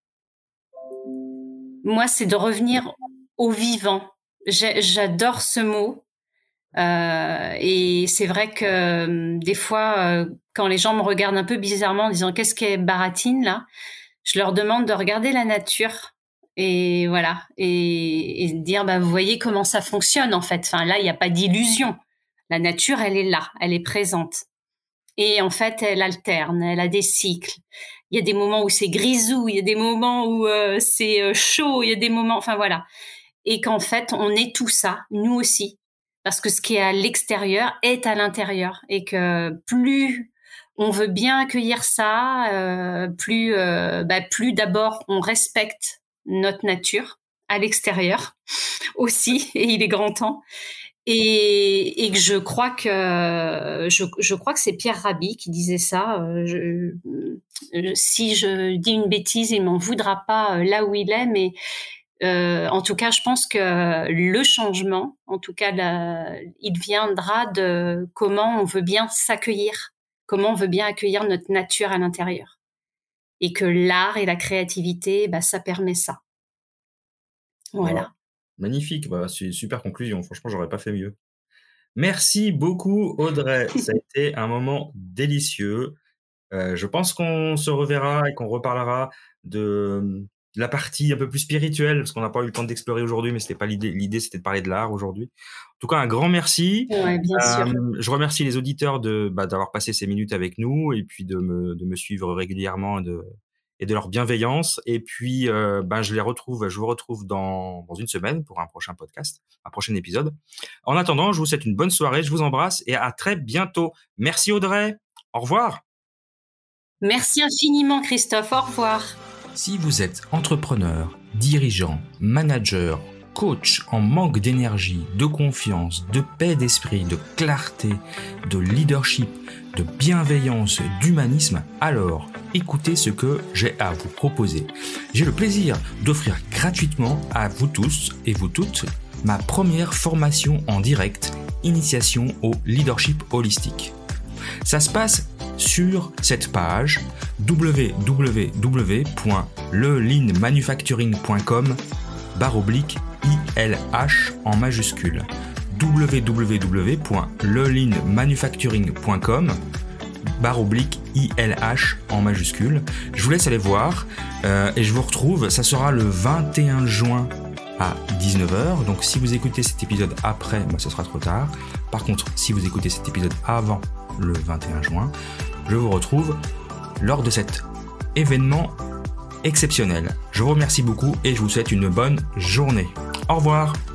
moi, c'est de revenir au vivant. J'ai- J'adore ce mot. Euh, et c'est vrai que euh, des fois, euh, quand les gens me regardent un peu bizarrement en disant qu'est-ce qu'est baratine là, je leur demande de regarder la nature et voilà et, et dire bah vous voyez comment ça fonctionne en fait. Enfin là, il n'y a pas d'illusion. La nature, elle est là, elle est présente. Et en fait, elle alterne, elle a des cycles. Il y a des moments où c'est grisou, il y a des moments où euh, c'est euh, chaud, il y a des moments, enfin voilà. Et qu'en fait, on est tout ça, nous aussi. Parce que ce qui est à l'extérieur est à l'intérieur. Et que plus on veut bien accueillir ça, euh, plus, euh, bah, plus d'abord on respecte notre nature à l'extérieur aussi, et il est grand temps. Et, et que je crois que je, je crois que c'est Pierre Rabhi qui disait ça. Euh, je, je, si je dis une bêtise, il m'en voudra pas euh, là où il est, mais euh, en tout cas, je pense que le changement, en tout cas, la, il viendra de comment on veut bien s'accueillir, comment on veut bien accueillir notre nature à l'intérieur, et que l'art et la créativité, bah, ça permet ça.
Wow.
Voilà.
Magnifique, bah, c'est une super conclusion. Franchement, j'aurais pas fait mieux. Merci beaucoup, Audrey. Ça a été un moment délicieux. Euh, je pense qu'on se reverra et qu'on reparlera de, de la partie un peu plus spirituelle, parce qu'on n'a pas eu le temps d'explorer aujourd'hui, mais c'était pas l'idée. L'idée, c'était de parler de l'art aujourd'hui. En tout cas, un grand merci.
Ouais, bien sûr.
Euh, je remercie les auditeurs de, bah, d'avoir passé ces minutes avec nous et puis de me, de me suivre régulièrement et de, et de leur bienveillance. Et puis, euh, ben, je les retrouve, je vous retrouve dans, dans une semaine pour un prochain podcast, un prochain épisode. En attendant, je vous souhaite une bonne soirée, je vous embrasse et à très bientôt. Merci Audrey. Au revoir.
Merci infiniment, Christophe. Au revoir.
Si vous êtes entrepreneur, dirigeant, manager, coach en manque d'énergie, de confiance, de paix d'esprit, de clarté, de leadership, de bienveillance, d'humanisme, alors écoutez ce que j'ai à vous proposer. J'ai le plaisir d'offrir gratuitement à vous tous et vous toutes ma première formation en direct, initiation au leadership holistique. Ça se passe sur cette page w w w point le lean manufacturing point com barre oblique I L H en majuscule w w w point le lean manufacturing point com barre oblique I L H en majuscule. Je vous laisse aller voir euh, et je vous retrouve, ça sera le vingt et un juin à dix-neuf heures. Donc si vous écoutez cet épisode après, bah, ce sera trop tard. Par contre, si vous écoutez cet épisode avant le vingt et un juin, je vous retrouve lors de cet événement exceptionnel. Je vous remercie beaucoup et je vous souhaite une bonne journée. Au revoir.